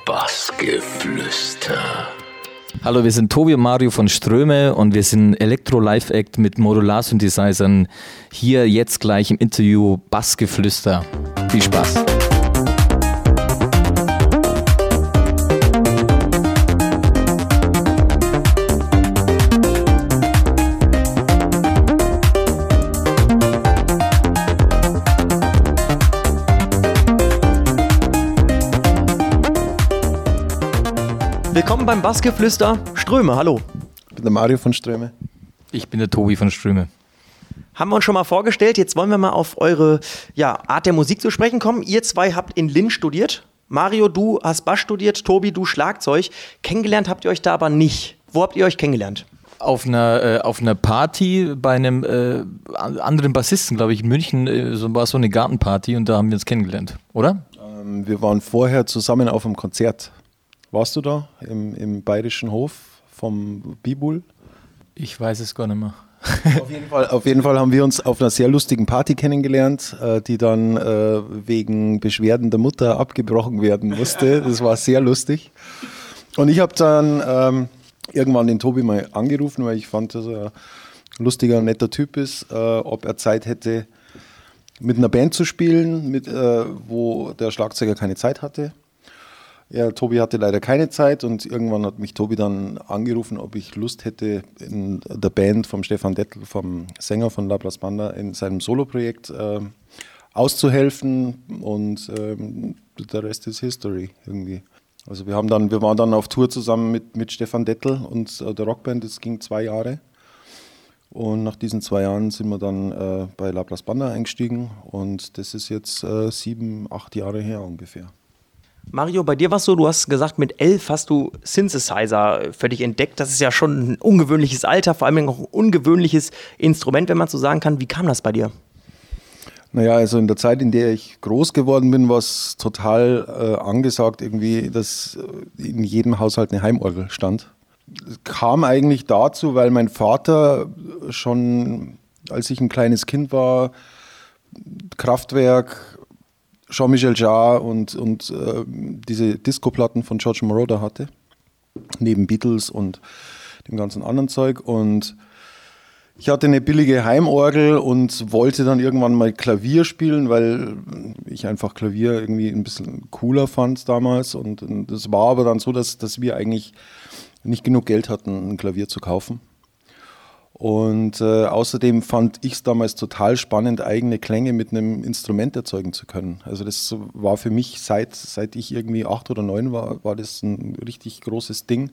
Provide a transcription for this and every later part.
Bassgeflüster. Hallo, wir sind Tobi und Mario von Ströme und wir sind Elektro-Live-Act mit Modular-Synthesizern. Hier jetzt gleich im Interview Bassgeflüster. Viel Spaß! Willkommen beim Bassgeflüster. Ströme, hallo. Ich bin der Mario von Ströme. Ich bin der Tobi von Ströme. Haben wir uns schon mal vorgestellt. Jetzt wollen wir mal auf eure Art der Musik zu sprechen kommen. Ihr zwei habt in Linz studiert. Mario, du hast Bass studiert. Tobi, du Schlagzeug. Kennengelernt habt ihr euch da aber nicht. Wo habt ihr euch kennengelernt? Auf einer Party bei einem anderen Bassisten, glaube ich, in München. War so eine Gartenparty und da haben wir uns kennengelernt, oder? Wir waren vorher zusammen auf einem Konzert. Warst du da im Bayerischen Hof vom Bibul? Ich weiß es gar nicht mehr. Auf jeden Fall haben wir uns auf einer sehr lustigen Party kennengelernt, die dann wegen Beschwerden der Mutter abgebrochen werden musste. Das war sehr lustig. Und ich habe dann irgendwann den Tobi mal angerufen, weil ich fand, dass er ein lustiger und netter Typ ist, ob er Zeit hätte, mit einer Band zu spielen, wo der Schlagzeuger keine Zeit hatte. Ja, Tobi hatte leider keine Zeit und irgendwann hat mich Tobi dann angerufen, ob ich Lust hätte, in der Band vom Stefan Dettl, vom Sänger von La Brass Banda, in seinem Soloprojekt auszuhelfen und der Rest ist History irgendwie. Also wir waren dann auf Tour zusammen mit Stefan Dettl und der Rockband, das ging 2 Jahre. Und nach diesen 2 Jahren sind wir dann bei La Brass Banda eingestiegen und das ist jetzt 7, 8 Jahre her ungefähr. Mario, bei dir war es so, du hast gesagt, mit 11 hast du Synthesizer für dich entdeckt. Das ist ja schon ein ungewöhnliches Alter, vor allem auch ein ungewöhnliches Instrument, wenn man so sagen kann. Wie kam das bei dir? Naja, also in der Zeit, in der ich groß geworden bin, war es total angesagt irgendwie, dass in jedem Haushalt eine Heimorgel stand. Es kam eigentlich dazu, weil mein Vater schon, als ich ein kleines Kind war, Kraftwerk, Jean-Michel Jarre und diese Disco-Platten von George Moroder hatte, neben Beatles und dem ganzen anderen Zeug. Und ich hatte eine billige Heimorgel und wollte dann irgendwann mal Klavier spielen, weil ich einfach Klavier irgendwie ein bisschen cooler fand damals. Und das war aber dann so, dass wir eigentlich nicht genug Geld hatten, ein Klavier zu kaufen. Und außerdem fand ich es damals total spannend, eigene Klänge mit einem Instrument erzeugen zu können. Also das war für mich, seit ich irgendwie 8 oder 9 war das ein richtig großes Ding.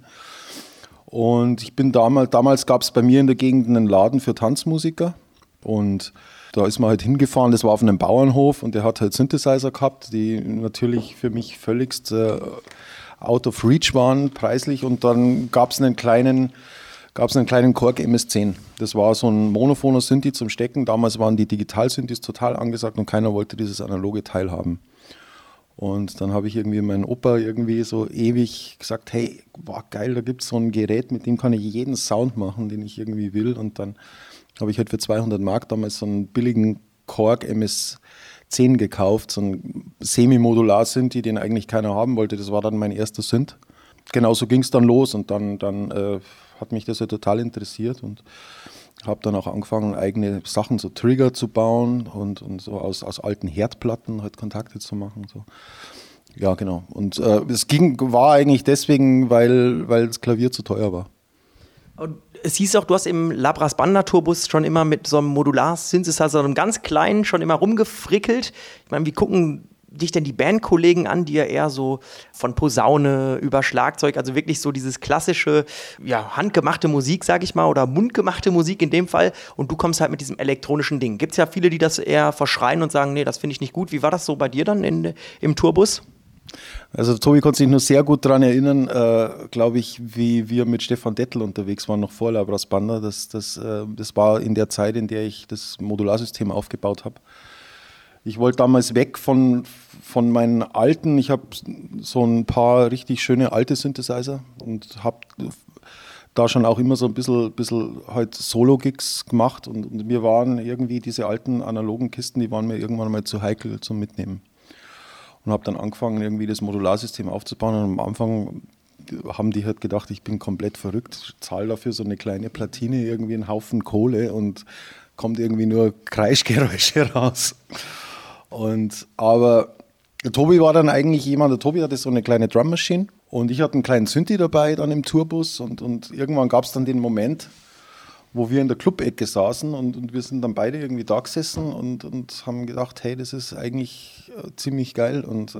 Und ich bin damals gab es bei mir in der Gegend einen Laden für Tanzmusiker und da ist man halt hingefahren, das war auf einem Bauernhof und der hat halt Synthesizer gehabt, die natürlich für mich völligst out of reach waren preislich und dann gab es einen kleinen Korg MS-10. Das war so ein monophoner Synthi zum Stecken. Damals waren die Digital-Synthis total angesagt und keiner wollte dieses analoge Teil haben. Und dann habe ich irgendwie meinen Opa irgendwie so ewig gesagt, hey, wow, geil, da gibt es so ein Gerät, mit dem kann ich jeden Sound machen, den ich irgendwie will. Und dann habe ich halt für 200 Mark damals so einen billigen Korg MS-10 gekauft, so ein Semi-Modular-Synthi, den eigentlich keiner haben wollte. Das war dann mein erster Synth. Genau so ging es dann los und dann hat mich das ja total interessiert und habe dann auch angefangen, eigene Sachen, so Trigger zu bauen und so aus alten Herdplatten halt Kontakte zu machen. So. Ja, genau. Und war eigentlich deswegen, weil das Klavier zu teuer war. Und es hieß auch, du hast im La Brass Banda Tourbus schon immer mit so einem Modular-Synthesizer, einem ganz kleinen, schon immer rumgefrickelt. Ich meine, wie gucken dich denn die Bandkollegen an, die ja eher so von Posaune über Schlagzeug, also wirklich so dieses klassische, handgemachte Musik, sag ich mal, oder mundgemachte Musik in dem Fall und du kommst halt mit diesem elektronischen Ding. Gibt's ja viele, die das eher verschreien und sagen, nee, das finde ich nicht gut. Wie war das so bei dir dann im Tourbus? Also Tobi konnte sich nur sehr gut daran erinnern, glaube ich, wie wir mit Stefan Dettl unterwegs waren, noch vor La Brass Banda. Das war in der Zeit, in der ich das Modularsystem aufgebaut habe. Ich wollte damals weg von meinen alten, ich habe so ein paar richtig schöne alte Synthesizer und habe da schon auch immer so ein bisschen halt Solo-Gigs gemacht und mir waren irgendwie diese alten analogen Kisten, die waren mir irgendwann mal zu heikel zum Mitnehmen. und habe dann angefangen, irgendwie das Modularsystem aufzubauen. Und am Anfang haben die halt gedacht, ich bin komplett verrückt, zahle dafür so eine kleine Platine, irgendwie einen Haufen Kohle und kommt irgendwie nur Kreischgeräusche raus. Aber der Tobi war dann eigentlich jemand, der Tobi hatte so eine kleine Drum Machine und ich hatte einen kleinen Synthi dabei dann im Tourbus und irgendwann gab es dann den Moment, wo wir in der Club-Ecke saßen und wir sind dann beide irgendwie da gesessen und haben gedacht, hey, das ist eigentlich ziemlich geil und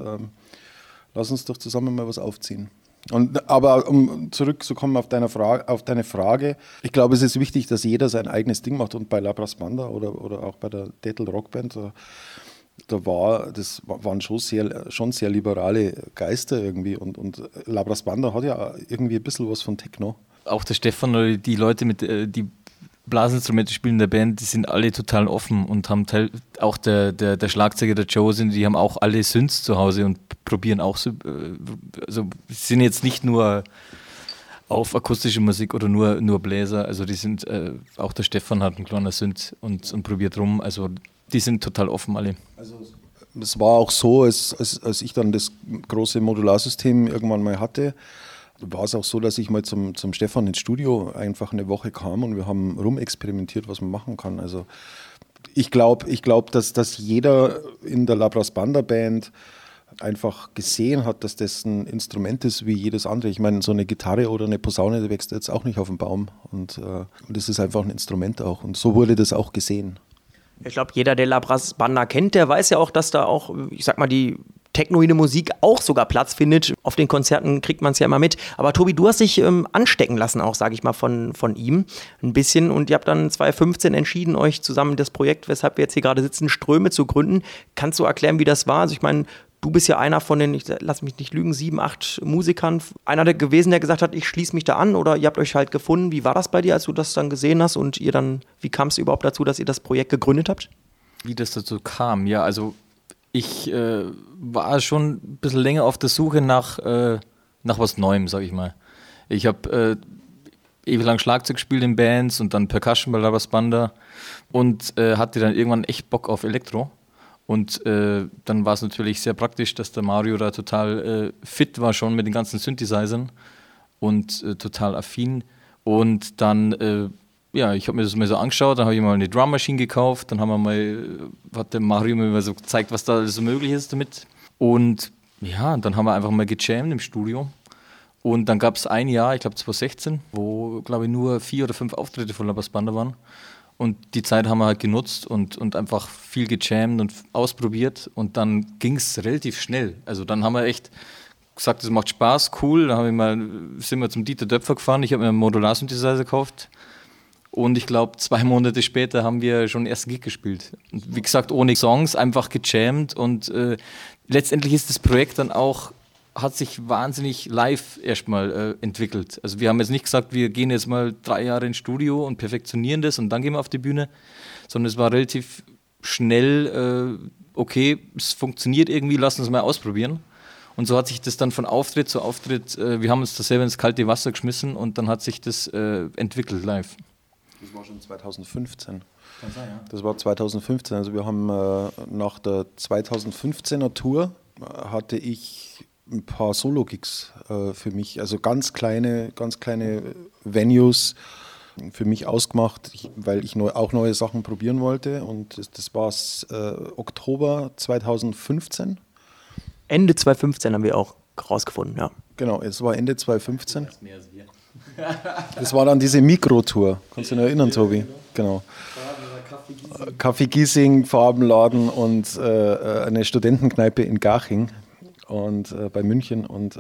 lass uns doch zusammen mal was aufziehen. Aber um zurückzukommen auf deine Frage, ich glaube, es ist wichtig, dass jeder sein eigenes Ding macht und bei La Brass Banda oder auch bei der Dettel Rockband, das waren schon sehr liberale Geister irgendwie und La Brass Banda hat ja irgendwie ein bisschen was von Techno. Auch der Stefan oder die Leute, die Blasinstrumente spielen in der Band, die sind alle total offen und haben auch der Schlagzeuger, der Joe, die haben auch alle Synths zu Hause und probieren auch so, also sind jetzt nicht nur auf akustische Musik oder nur Bläser, also die sind, auch der Stefan hat einen kleinen Synth und probiert rum, also die sind total offen alle. Also es war auch so, als ich dann das große Modularsystem irgendwann mal hatte, war es auch so, dass ich mal zum Stefan ins Studio einfach eine Woche kam und wir haben rumexperimentiert, was man machen kann. Also ich glaube, dass jeder in der La Brass Banda Band einfach gesehen hat, dass das ein Instrument ist wie jedes andere. Ich meine, so eine Gitarre oder eine Posaune, die wächst jetzt auch nicht auf dem Baum und das ist einfach ein Instrument auch und so wurde das auch gesehen. Ich glaube, jeder, der La Brass Banda kennt, der weiß ja auch, dass da auch, ich sag mal, die technoide Musik auch sogar Platz findet. Auf den Konzerten kriegt man es ja immer mit. Aber Tobi, du hast dich anstecken lassen auch, sage ich mal, von ihm ein bisschen. Und ihr habt dann 2015 entschieden, euch zusammen das Projekt, weshalb wir jetzt hier gerade sitzen, Ströme zu gründen. Kannst du erklären, wie das war? Also ich meine, du bist ja einer von den, lass mich nicht lügen, 7, 8 Musikern. Einer gewesen, der gesagt hat, ich schließe mich da an oder ihr habt euch halt gefunden. Wie war das bei dir, als du das dann gesehen hast und wie kam es überhaupt dazu, dass ihr das Projekt gegründet habt? Wie das dazu kam, ja, also ich war schon ein bisschen länger auf der Suche nach was Neuem, sag ich mal. Ich habe ewig lang Schlagzeug gespielt in Bands und dann Percussion bei La Brass Banda und hatte dann irgendwann echt Bock auf Elektro. Und dann war es natürlich sehr praktisch, dass der Mario da total fit war schon mit den ganzen Synthesizern und total affin. Und dann ich habe mir das mal so angeschaut, dann habe ich mal eine Drum Machine gekauft, dann hat der Mario mir mal so gezeigt, was da so möglich ist damit. Und ja, dann haben wir einfach mal gejammt im Studio. Und dann gab es ein Jahr, ich glaube 2016, wo, glaube ich, nur 4 oder 5 Auftritte von La Brass Banda waren. Und die Zeit haben wir halt genutzt und einfach viel gejammt und ausprobiert. Und dann ging es relativ schnell. Also dann haben wir echt gesagt, das macht Spaß, cool. Dann sind wir zum Dieter Döpfer gefahren, ich habe mir einen Modular-Synthesizer gekauft. Und ich glaube, 2 Monate später haben wir schon den ersten Gig gespielt. Und wie gesagt, ohne Songs, einfach gejammt. Und letztendlich ist das Projekt dann auch, hat sich wahnsinnig live erstmal entwickelt. Also wir haben jetzt nicht gesagt, wir gehen jetzt mal 3 Jahre ins Studio und perfektionieren das und dann gehen wir auf die Bühne. Sondern es war relativ schnell, okay, es funktioniert irgendwie, lass uns mal ausprobieren. Und so hat sich das dann von Auftritt zu Auftritt, wir haben uns da selber ins kalte Wasser geschmissen und dann hat sich das entwickelt live. Das war schon 2015. Kann sein, ja. Das war 2015. Also wir haben nach der 2015er Tour hatte ich ein paar Solo-Gigs für mich, also ganz kleine Venues für mich ausgemacht, weil ich auch neue Sachen probieren wollte. Und das war Oktober 2015. Ende 2015 haben wir auch rausgefunden, ja. Genau, es war Ende 2015. Das war dann diese Mikrotour. Kannst du dich noch erinnern, Tobi? Genau. Kaffee Giesing, Farbenladen und eine Studentenkneipe in Garching und bei München. Und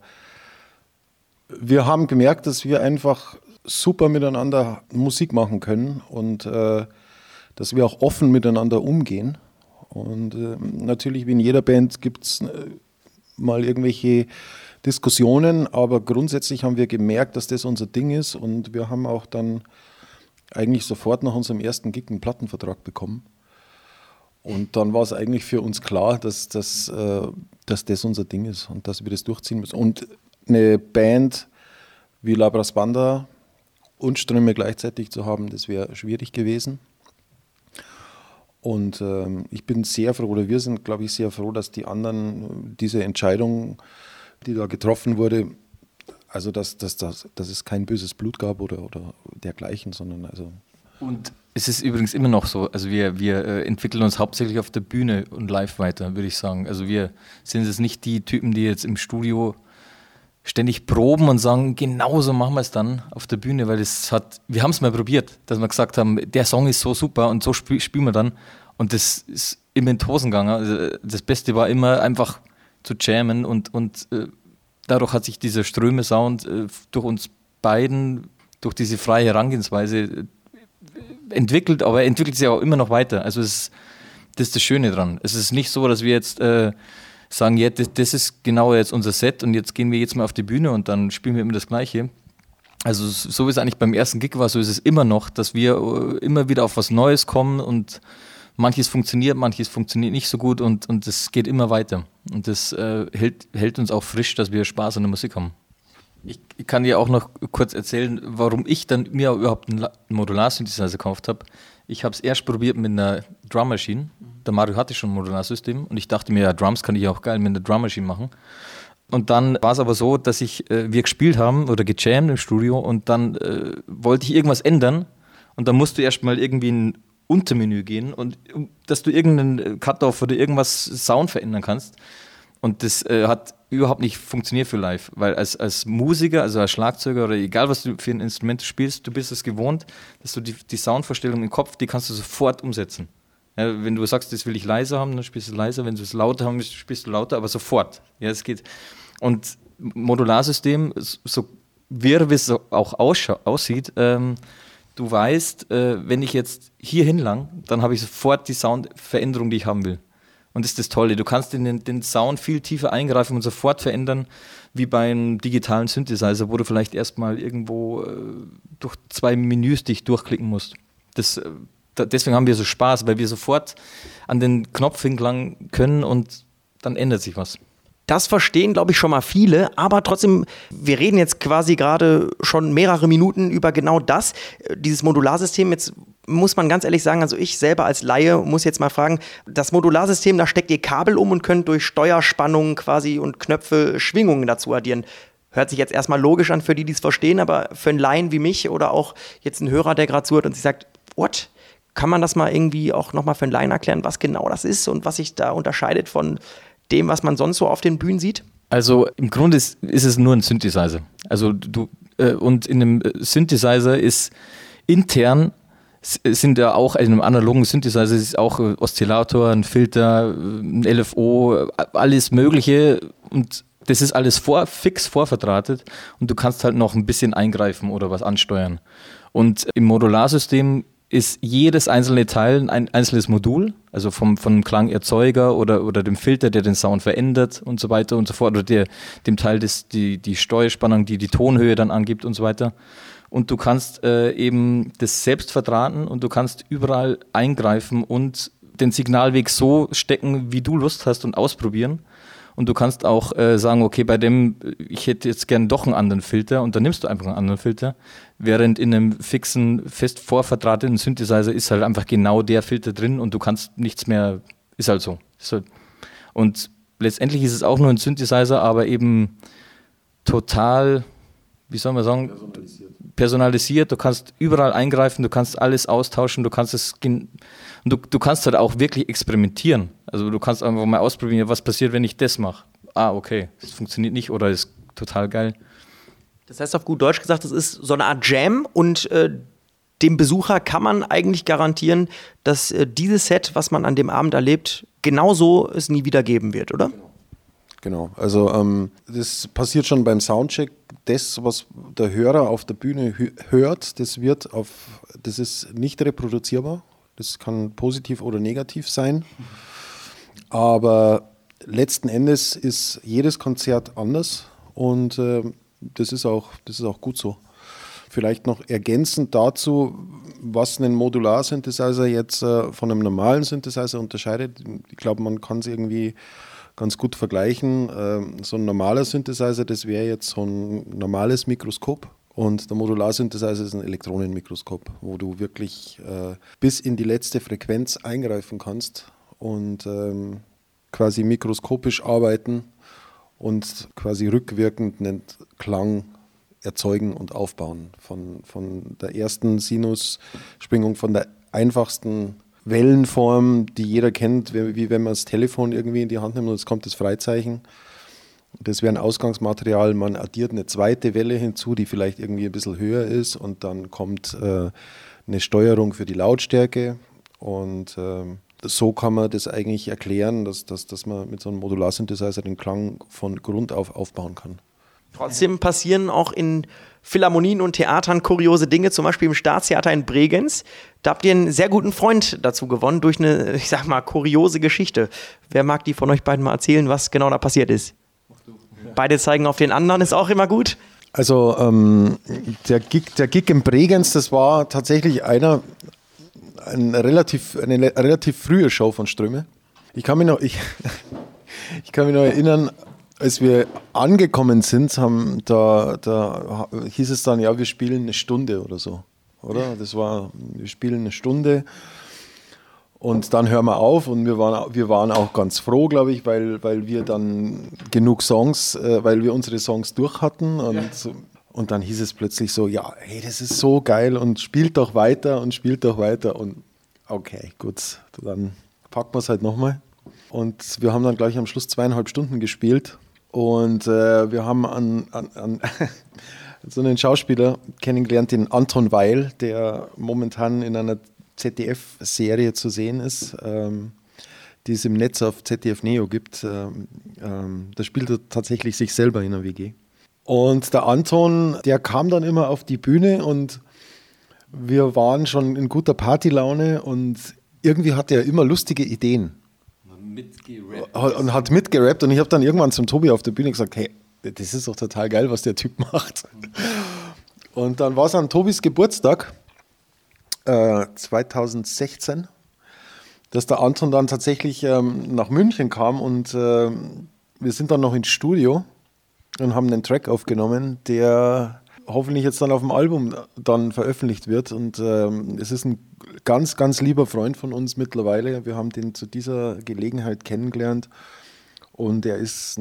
wir haben gemerkt, dass wir einfach super miteinander Musik machen können und dass wir auch offen miteinander umgehen. Und natürlich, wie in jeder Band, gibt es mal irgendwelche Diskussionen, aber grundsätzlich haben wir gemerkt, dass das unser Ding ist und wir haben auch dann eigentlich sofort nach unserem ersten Gig einen Plattenvertrag bekommen. Und dann war es eigentlich für uns klar, dass das unser Ding ist und dass wir das durchziehen müssen. Und eine Band wie La Brass Banda und Ströme gleichzeitig zu haben, das wäre schwierig gewesen. Und ich bin sehr froh, oder wir sind, glaube ich, sehr froh, dass die anderen diese Entscheidung, die da getroffen wurde, also dass es kein böses Blut gab oder dergleichen, sondern also. Und es ist übrigens immer noch so, also wir entwickeln uns hauptsächlich auf der Bühne und live weiter, würde ich sagen. Also wir sind jetzt nicht die Typen, die jetzt im Studio ständig proben und sagen, genau so machen wir es dann auf der Bühne, weil wir haben es mal probiert, dass wir gesagt haben, der Song ist so super und so spielen wir dann. Und das ist immer in die Hosen gegangen. Also das Beste war immer einfach zu jammen und dadurch hat sich dieser Ströme-Sound durch uns beiden, durch diese freie Herangehensweise entwickelt, aber er entwickelt sich auch immer noch weiter. Also das ist das Schöne dran. Es ist nicht so, dass wir jetzt sagen, ja, das ist genau jetzt unser Set und jetzt gehen wir jetzt mal auf die Bühne und dann spielen wir immer das Gleiche. Also so wie es eigentlich beim ersten Gig war, so ist es immer noch, dass wir immer wieder auf was Neues kommen und manches funktioniert nicht so gut und das geht immer weiter. Und das hält uns auch frisch, dass wir Spaß an der Musik haben. Ich kann dir auch noch kurz erzählen, warum ich dann mir überhaupt einen Modular-Synthesizer gekauft habe. Ich habe es erst probiert mit einer Drum Machine. Der Mario hatte schon ein Modularsystem und ich dachte mir, ja, Drums kann ich auch geil mit einer Drum Machine machen. Und dann war es aber so, dass wir gespielt haben oder gejammt im Studio und dann wollte ich irgendwas ändern und dann musst du erst mal irgendwie ein Untermenü gehen und dass du irgendeinen Cut-Off oder irgendwas Sound verändern kannst. Und das hat überhaupt nicht funktioniert für live, weil als Musiker, also als Schlagzeuger oder egal was du für ein Instrument spielst, du bist es gewohnt, dass du die Soundvorstellung im Kopf, die kannst du sofort umsetzen. Ja, wenn du sagst, das will ich leiser haben, dann spielst du leiser, wenn du es lauter haben willst, spielst du lauter, aber sofort. Ja, es geht. Und Modularsystem, so wirr wie es auch aussieht, du weißt, wenn ich jetzt hier hinlang, dann habe ich sofort die Soundveränderung, die ich haben will. Und das ist das Tolle, du kannst den Sound viel tiefer eingreifen und sofort verändern, wie beim digitalen Synthesizer, wo du vielleicht erstmal irgendwo durch 2 Menüs dich durchklicken musst. Deswegen haben wir so Spaß, weil wir sofort an den Knopf hingelangen können und dann ändert sich was. Das verstehen, glaube ich, schon mal viele, aber trotzdem, wir reden jetzt quasi gerade schon mehrere Minuten über genau das, dieses Modularsystem. Jetzt muss man ganz ehrlich sagen, also ich selber als Laie muss jetzt mal fragen, das Modularsystem, da steckt ihr Kabel um und könnt durch Steuerspannungen quasi und Knöpfe Schwingungen dazu addieren. Hört sich jetzt erstmal logisch an für die, die es verstehen, aber für einen Laien wie mich oder auch jetzt einen Hörer, der gerade zuhört und sich sagt, what? Kann man das mal irgendwie auch nochmal für einen Laien erklären, was genau das ist und was sich da unterscheidet von dem, was man sonst so auf den Bühnen sieht? Also im Grunde ist es nur ein Synthesizer. Also und in einem Synthesizer ist intern sind ja auch in einem analogen Synthesizer ist auch Oszillator, ein Filter, ein LFO, alles Mögliche und das ist alles fix vorverdrahtet und du kannst halt noch ein bisschen eingreifen oder was ansteuern. Und im Modularsystem ist jedes einzelne Teil ein einzelnes Modul, also vom Klangerzeuger oder dem Filter, der den Sound verändert und so weiter und so fort, oder dem Teil, die Steuerspannung, die Tonhöhe dann angibt und so weiter. Und du kannst eben das selbst verdrahten und du kannst überall eingreifen und den Signalweg so stecken, wie du Lust hast und ausprobieren. Und du kannst auch sagen, okay, bei dem, ich hätte jetzt gern doch einen anderen Filter und dann nimmst du einfach einen anderen Filter. Während in einem fixen, fest vorverdrahteten Synthesizer ist halt einfach genau der Filter drin und du kannst nichts mehr, ist halt so. Und letztendlich ist es auch nur ein Synthesizer, aber eben total, wie soll man sagen, personalisiert. Du kannst überall eingreifen, du kannst alles austauschen, du kannst du kannst halt auch wirklich experimentieren. Also du kannst einfach mal ausprobieren, was passiert, wenn ich das mache. Okay, das funktioniert nicht oder ist total geil. Das heißt auf gut Deutsch gesagt, das ist so eine Art Jam und dem Besucher kann man eigentlich garantieren, dass dieses Set, was man an dem Abend erlebt, genauso es nie wieder geben wird, oder? Genau, also das passiert schon beim Soundcheck. Das, was der Hörer auf der Bühne hört, das ist nicht reproduzierbar. Das kann positiv oder negativ sein. Aber letzten Endes ist jedes Konzert anders und das ist auch gut so. Vielleicht noch ergänzend dazu, was einen Modular-Synthesizer jetzt von einem normalen Synthesizer unterscheidet. Ich glaube, man kann es irgendwie ganz gut vergleichen. So ein normaler Synthesizer, das wäre jetzt so ein normales Mikroskop Und der Modularsynthesizer ist ein Elektronenmikroskop, wo du wirklich bis in die letzte Frequenz eingreifen kannst und quasi mikroskopisch arbeiten und quasi rückwirkend einen Klang erzeugen und aufbauen. Von der ersten Sinusschwingung, von der einfachsten Wellenform, die jeder kennt, wie wenn man das Telefon irgendwie in die Hand nimmt und es kommt das Freizeichen. Das wäre ein Ausgangsmaterial, man addiert eine zweite Welle hinzu, die vielleicht irgendwie ein bisschen höher ist und dann kommt eine Steuerung für die Lautstärke und so kann man das eigentlich erklären, dass man mit so einem Modularsynthesizer den Klang von Grund auf aufbauen kann. Trotzdem passieren auch in Philharmonien und Theatern kuriose Dinge, zum Beispiel im Staatstheater in Bregenz. Da habt ihr einen sehr guten Freund dazu gewonnen durch eine, ich sag mal, kuriose Geschichte. Wer mag die von euch beiden mal erzählen, was genau da passiert ist? Beide zeigen auf den anderen, ist auch immer gut. Also der Gig in Bregenz, das war tatsächlich eine relativ frühe Show von Ströme. Ich kann mich noch erinnern, als wir angekommen sind, da hieß es dann, ja, wir spielen eine Stunde oder so, oder? Wir spielen eine Stunde und dann hören wir auf und wir waren auch ganz froh, glaube ich, weil wir dann genug Songs, weil wir unsere Songs durch hatten und dann hieß es plötzlich so, ja, hey, das ist so geil und spielt doch weiter und okay, gut, dann packen wir es halt nochmal. Und wir haben dann gleich am Schluss 2,5 Stunden gespielt. Und wir haben an so einen Schauspieler kennengelernt, den Anton Weil, der momentan in einer ZDF-Serie zu sehen ist, die es im Netz auf ZDF Neo gibt. Da spielt er tatsächlich sich selber in einer WG. Und der Anton, der kam dann immer auf die Bühne und wir waren schon in guter Partylaune und irgendwie hatte er immer lustige Ideen. Und hat mitgerappt und ich habe dann irgendwann zum Tobi auf der Bühne gesagt, hey, das ist doch total geil, was der Typ macht. Und dann war es an Tobis Geburtstag 2016, dass der Anton dann tatsächlich nach München kam und wir sind dann noch ins Studio und haben einen Track aufgenommen, der hoffentlich jetzt dann auf dem Album dann veröffentlicht wird und es ist ein ganz, ganz lieber Freund von uns mittlerweile. Wir haben den zu dieser Gelegenheit kennengelernt und er ist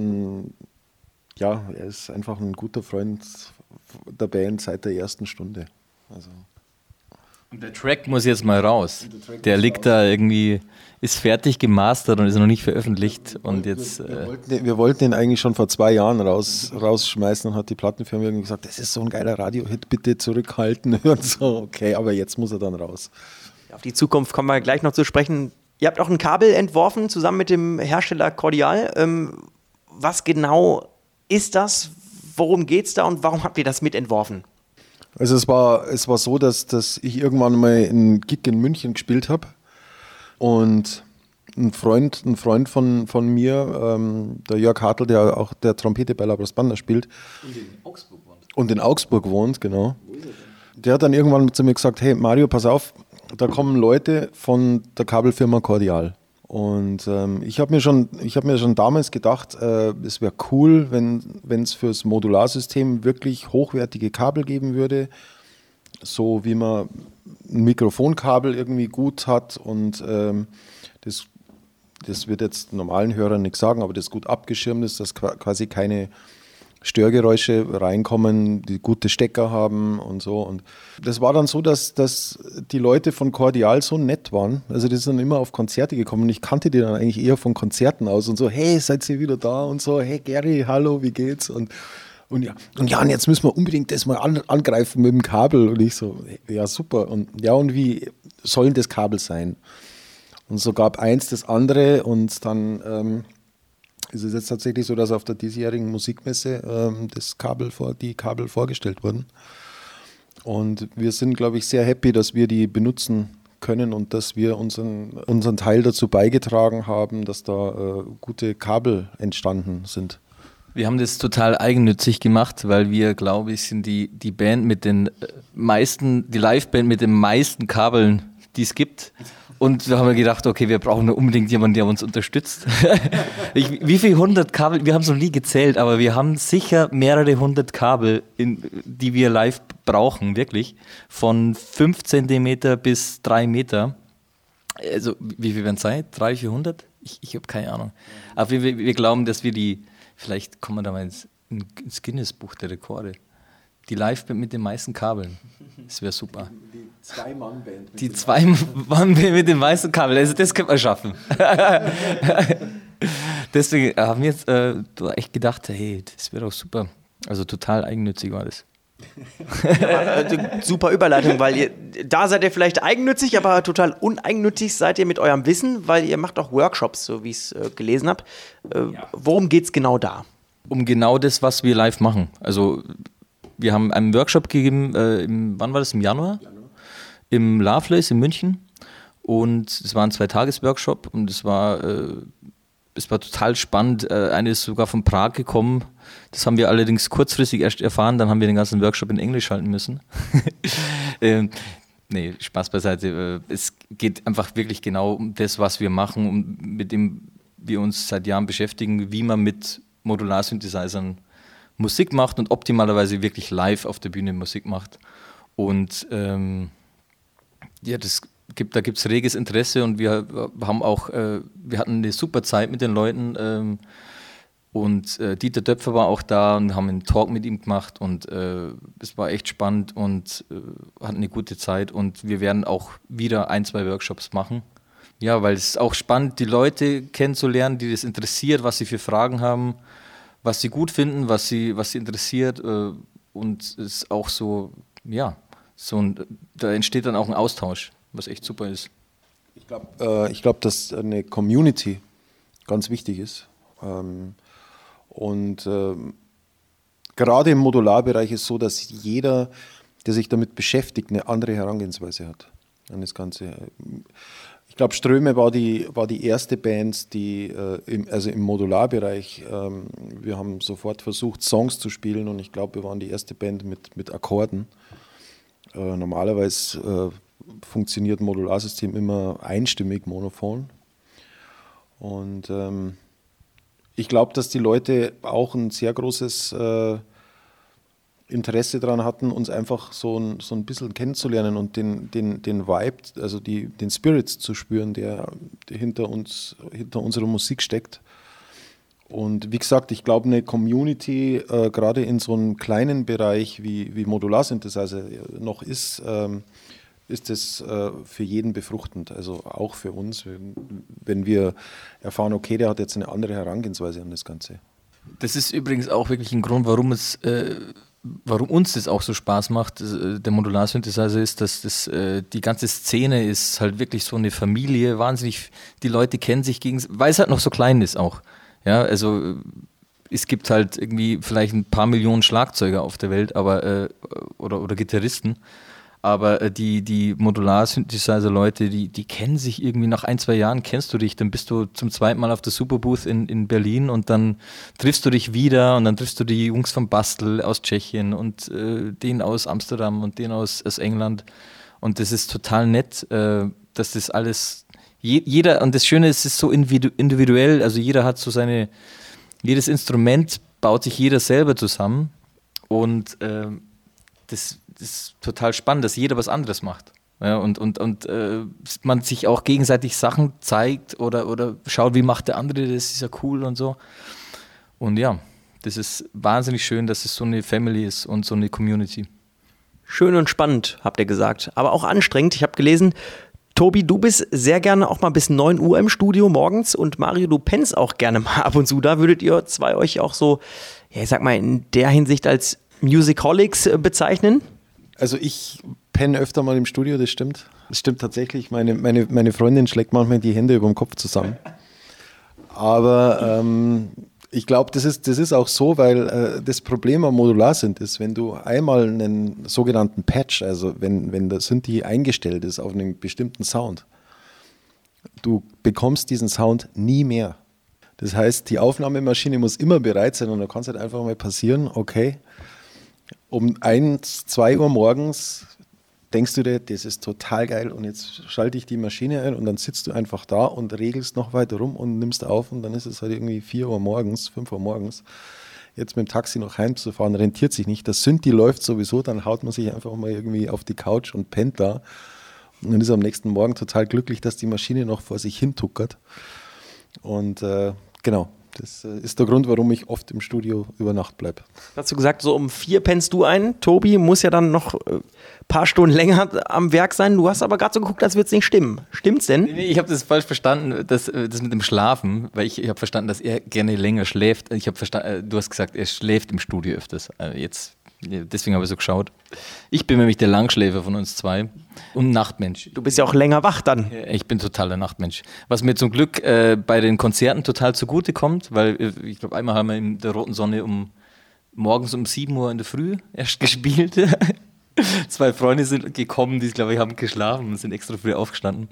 einfach ein guter Freund der Band seit der ersten Stunde. Also. Und der Track muss jetzt mal raus. Der liegt da irgendwie, ist fertig gemastert und ist noch nicht veröffentlicht. Und jetzt, wir wollten den eigentlich schon vor 2 Jahren rausschmeißen und hat die Plattenfirma irgendwie gesagt, das ist so ein geiler Radiohit, bitte zurückhalten. Und so, okay, aber jetzt muss er dann raus. Auf die Zukunft kommen wir gleich noch zu sprechen. Ihr habt auch ein Kabel entworfen, zusammen mit dem Hersteller Cordial. Was genau ist das? Worum geht es da und warum habt ihr das mitentworfen? Also es war so, dass ich irgendwann mal einen Gig in München gespielt habe und ein Freund von mir, der Jörg Hartl, der auch der Trompete bei Labras Banda spielt und in Augsburg wohnt, genau. Der hat dann irgendwann zu mir gesagt, hey Mario, pass auf, da kommen Leute von der Kabelfirma Cordial. Und ich habe mir schon damals gedacht, es wäre cool, wenn es fürs Modularsystem wirklich hochwertige Kabel geben würde, so wie man ein Mikrofonkabel irgendwie gut hat und das wird jetzt normalen Hörern nichts sagen, aber das gut abgeschirmt ist, dass quasi keine Störgeräusche reinkommen, die gute Stecker haben und so. Und das war dann so, dass die Leute von Cordial so nett waren. Also die sind dann immer auf Konzerte gekommen und ich kannte die dann eigentlich eher von Konzerten aus und so, hey, seid ihr wieder da? Und so, hey Gary, hallo, wie geht's? Und jetzt müssen wir unbedingt das mal angreifen mit dem Kabel. Und ich so, ja super. Und wie soll das Kabel sein? Und so gab eins das andere und dann ist es jetzt tatsächlich so, dass auf der diesjährigen Musikmesse die Kabel vorgestellt wurden. Und wir sind, glaube ich, sehr happy, dass wir die benutzen können und dass wir unseren Teil dazu beigetragen haben, dass da gute Kabel entstanden sind. Wir haben das total eigennützig gemacht, weil wir, glaube ich, sind die Band mit den meisten, die Liveband mit den meisten Kabeln die es gibt. Und wir haben gedacht, okay, wir brauchen unbedingt jemanden, der uns unterstützt. Wie viele 100 Kabel, wir haben es noch nie gezählt, aber wir haben sicher mehrere 100 Kabel, die wir live brauchen, wirklich. Von 5 Zentimeter bis 3 Meter. Also, wie viel werden es sein? 300, 400? Ich habe keine Ahnung. Aber wir glauben, dass wir vielleicht kommen wir da mal ins Guinness-Buch der Rekorde. Die Liveband mit den meisten Kabeln. Das wäre super. Die Zwei-Mann-Band. Die Zwei-Mann-Band mit den meisten Kabeln. Also das könnte man schaffen. Deswegen haben wir jetzt echt gedacht, hey, das wäre doch super. Also total eigennützig war das. Super Überleitung, weil da seid ihr vielleicht eigennützig, aber total uneigennützig seid ihr mit eurem Wissen, weil ihr macht auch Workshops, so wie ich es gelesen habe. Worum geht es genau da? Um genau das, was wir live machen. Also wir haben einen Workshop gegeben, wann war das? Im Januar? Im Lovelace in München. Und es war ein 2-Tages-Workshop und es war total spannend. Eine ist sogar von Prag gekommen. Das haben wir allerdings kurzfristig erst erfahren. Dann haben wir den ganzen Workshop in Englisch halten müssen. Nee, Spaß beiseite. Es geht einfach wirklich genau um das, was wir machen und mit dem wir uns seit Jahren beschäftigen, wie man mit Modular-Synthesizern Musik macht und optimalerweise wirklich live auf der Bühne Musik macht. Und ja, da gibt es reges Interesse und wir haben auch, wir hatten eine super Zeit mit den Leuten und Dieter Döpfer war auch da und haben einen Talk mit ihm gemacht und es war echt spannend und hatten eine gute Zeit und wir werden auch wieder 1, 2 Workshops machen. Ja, weil es ist auch spannend, die Leute kennenzulernen, die das interessiert, was sie für Fragen haben, was sie gut finden, was sie interessiert und es ist auch so, ja, da entsteht dann auch ein Austausch, was echt super ist. Ich glaube, dass eine Community ganz wichtig ist. Gerade im Modularbereich ist es so, dass jeder, der sich damit beschäftigt, eine andere Herangehensweise hat an das Ganze. Ich glaube, Ströme war die erste Band, die im Modularbereich, wir haben sofort versucht, Songs zu spielen und ich glaube, wir waren die erste Band mit Akkorden. Normalerweise funktioniert ein Modularsystem immer einstimmig, monophon. Und ich glaube, dass die Leute auch ein sehr großes Interesse daran hatten, uns einfach so ein bisschen kennenzulernen und den Vibe, also den Spirit zu spüren, der hinter unserer Musik steckt. Und wie gesagt, ich glaube, eine Community, gerade in so einem kleinen Bereich wie Modular-Synthesizer noch ist es für jeden befruchtend, also auch für uns, wenn wir erfahren, okay, der hat jetzt eine andere Herangehensweise an das Ganze. Das ist übrigens auch wirklich ein Grund, warum uns das auch so Spaß macht, der Modular-Synthesizer ist, dass die ganze Szene ist halt wirklich so eine Familie, wahnsinnig, die Leute kennen sich gegenseitig, weil es halt noch so klein ist auch. Ja, also es gibt halt irgendwie vielleicht ein paar Millionen Schlagzeuger auf der Welt, aber oder Gitarristen, aber die Modular-Synthesizer-Leute, die kennen sich irgendwie, nach 1, 2 Jahren kennst du dich, dann bist du zum 2. Mal auf der Superbooth in Berlin und dann triffst du dich wieder und dann triffst du die Jungs vom Bastel aus Tschechien und den aus Amsterdam und den aus England und das ist total nett, dass das alles jeder, und das Schöne ist, es ist so individuell, also jeder hat so jedes Instrument baut sich jeder selber zusammen und das ist total spannend, dass jeder was anderes macht. Ja, und man sich auch gegenseitig Sachen zeigt oder schaut, wie macht der andere, das ist ja cool und so. Und ja, das ist wahnsinnig schön, dass es so eine Family ist und so eine Community. Schön und spannend, habt ihr gesagt, aber auch anstrengend. Ich habe gelesen, Tobi, du bist sehr gerne auch mal bis 9 Uhr im Studio morgens und Mario, du pennst auch gerne mal ab und zu. Da würdet ihr zwei euch auch so, ja, ich sag mal, in der Hinsicht als Musicaholics bezeichnen? Also ich penne öfter mal im Studio, das stimmt. Das stimmt tatsächlich. Meine Freundin schlägt manchmal die Hände über dem Kopf zusammen. Aber ich glaube, das ist auch so, weil das Problem am Modular-Synth ist, wenn du einmal einen sogenannten Patch, also wenn der Synthi eingestellt ist auf einen bestimmten Sound, du bekommst diesen Sound nie mehr. Das heißt, die Aufnahmemaschine muss immer bereit sein und da kann es halt einfach mal passieren, okay, um 1, 2 Uhr morgens denkst du dir, das ist total geil und jetzt schalte ich die Maschine ein und dann sitzt du einfach da und regelst noch weiter rum und nimmst auf und dann ist es halt irgendwie 4 Uhr morgens, 5 Uhr morgens. Jetzt mit dem Taxi noch heimzufahren, rentiert sich nicht. Das Synthi läuft sowieso, dann haut man sich einfach mal irgendwie auf die Couch und pennt da. Und dann ist am nächsten Morgen total glücklich, dass die Maschine noch vor sich hin tuckert. Und genau, das ist der Grund, warum ich oft im Studio über Nacht bleibe. Hast du gesagt, so um 4 pennst du ein. Tobi muss ja dann noch ein paar Stunden länger am Werk sein. Du hast aber gerade so geguckt, als würde es nicht stimmen. Stimmt's denn? Nee, ich habe das falsch verstanden, das mit dem Schlafen, weil ich habe verstanden, dass er gerne länger schläft. Ich habe verstanden, du hast gesagt, er schläft im Studio öfters. Deswegen habe ich so geschaut. Ich bin nämlich der Langschläfer von uns zwei und Nachtmensch. Du bist ja auch länger wach dann. Ich bin totaler Nachtmensch. Was mir zum Glück bei den Konzerten total zugute kommt, weil ich glaube, einmal haben wir in der Roten Sonne morgens um 7 Uhr in der Früh erst gespielt. 2 Freunde sind gekommen, die, glaube ich, haben geschlafen und sind extra früh aufgestanden.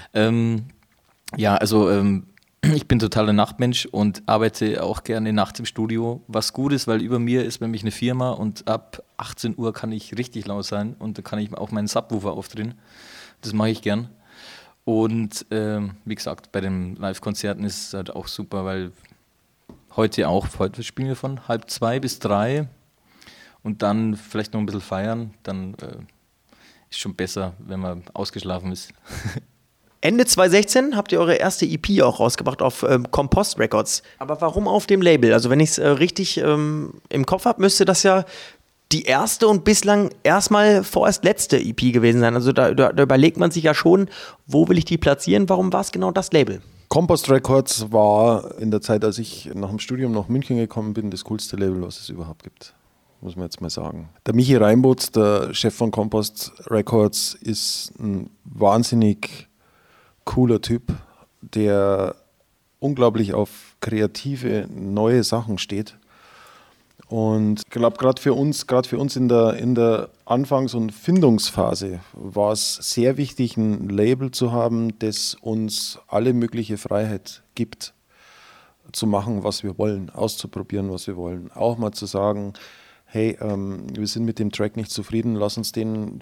Ich bin totaler Nachtmensch und arbeite auch gerne nachts im Studio, was gut ist, weil über mir ist nämlich eine Firma und ab 18 Uhr kann ich richtig laut sein und da kann ich auch meinen Subwoofer aufdrehen. Das mache ich gern. Und wie gesagt, bei den Live-Konzerten ist es halt auch super, weil heute spielen wir von 1:30 bis 3 und dann vielleicht noch ein bisschen feiern, dann ist schon besser, wenn man ausgeschlafen ist. Ende 2016 habt ihr eure erste EP auch rausgebracht auf Compost Records. Aber warum auf dem Label? Also wenn ich es richtig im Kopf habe, müsste das ja die erste und bislang erstmal vorerst letzte EP gewesen sein. Also da überlegt man sich ja schon, wo will ich die platzieren? Warum war es genau das Label? Compost Records war in der Zeit, als ich nach dem Studium nach München gekommen bin, das coolste Label, was es überhaupt gibt. Muss man jetzt mal sagen. Der Michi Reinboth, der Chef von Compost Records, ist ein wahnsinnig cooler Typ, der unglaublich auf kreative, neue Sachen steht. Und ich glaube, gerade für uns in der Anfangs- und Findungsphase war es sehr wichtig, ein Label zu haben, das uns alle mögliche Freiheit gibt, zu machen, was wir wollen, auszuprobieren, was wir wollen. Auch mal zu sagen, hey, wir sind mit dem Track nicht zufrieden, lass dann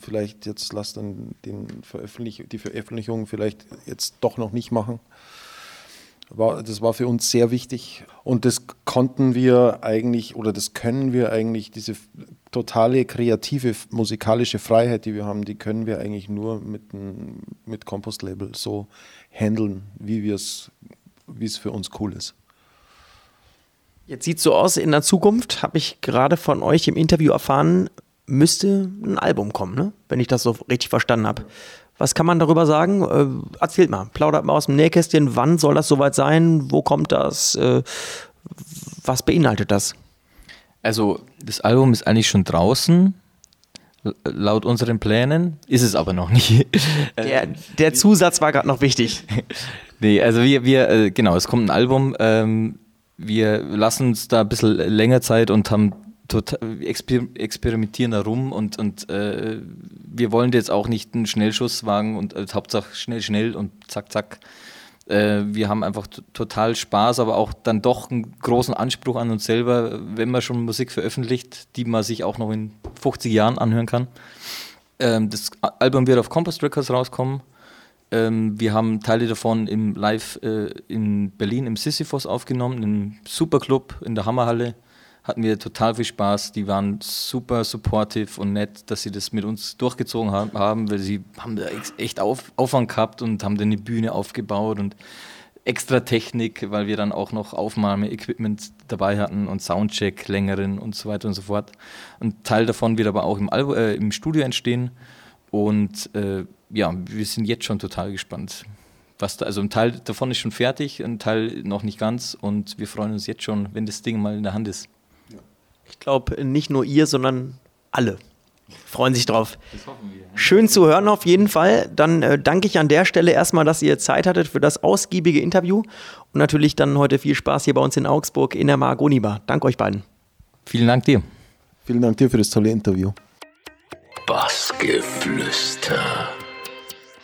die Veröffentlichung vielleicht jetzt doch noch nicht machen. Das war für uns sehr wichtig und das können wir eigentlich, diese totale kreative musikalische Freiheit, die wir haben, die können wir eigentlich nur mit Compost Label so handeln, wie es für uns cool ist. Jetzt sieht es so aus, in der Zukunft, habe ich gerade von euch im Interview erfahren, müsste ein Album kommen, ne? Wenn ich das so richtig verstanden habe. Was kann man darüber sagen? Erzählt mal, plaudert mal aus dem Nähkästchen, wann soll das soweit sein? Wo kommt das? Was beinhaltet das? Also das Album ist eigentlich schon draußen, laut unseren Plänen, ist es aber noch nicht. Der Zusatz war gerade noch wichtig. Nee, also genau, es kommt ein Album, wir lassen uns da ein bisschen länger Zeit und haben experimentieren da rum und wir wollen jetzt auch nicht einen Schnellschuss wagen und Hauptsache schnell und zack. Wir haben einfach total Spaß, aber auch dann doch einen großen Anspruch an uns selber, wenn man schon Musik veröffentlicht, die man sich auch noch in 50 Jahren anhören kann. Das Album wird auf Compost Records rauskommen. Wir haben Teile davon im Live in Berlin im Sisyphos aufgenommen, im Superclub in der Hammerhalle. Hatten wir total viel Spaß. Die waren super supportive und nett, dass sie das mit uns durchgezogen haben, weil sie haben da echt Aufwand gehabt und haben dann eine Bühne aufgebaut und extra Technik, weil wir dann auch noch Aufnahme-Equipment dabei hatten und Soundcheck längeren und so weiter und so fort. Ein Teil davon wird aber auch im Studio entstehen und wir sind jetzt schon total gespannt. Also ein Teil davon ist schon fertig, ein Teil noch nicht ganz und wir freuen uns jetzt schon, wenn das Ding mal in der Hand ist. Ich glaube, nicht nur ihr, sondern alle freuen sich drauf. Das hoffen wir. Schön zu hören auf jeden Fall. Dann danke ich an der Stelle erstmal, dass ihr Zeit hattet für das ausgiebige Interview und natürlich dann heute viel Spaß hier bei uns in Augsburg in der Mahagoni Bar. Danke euch beiden. Vielen Dank dir. Vielen Dank dir für das tolle Interview. Bassgeflüster.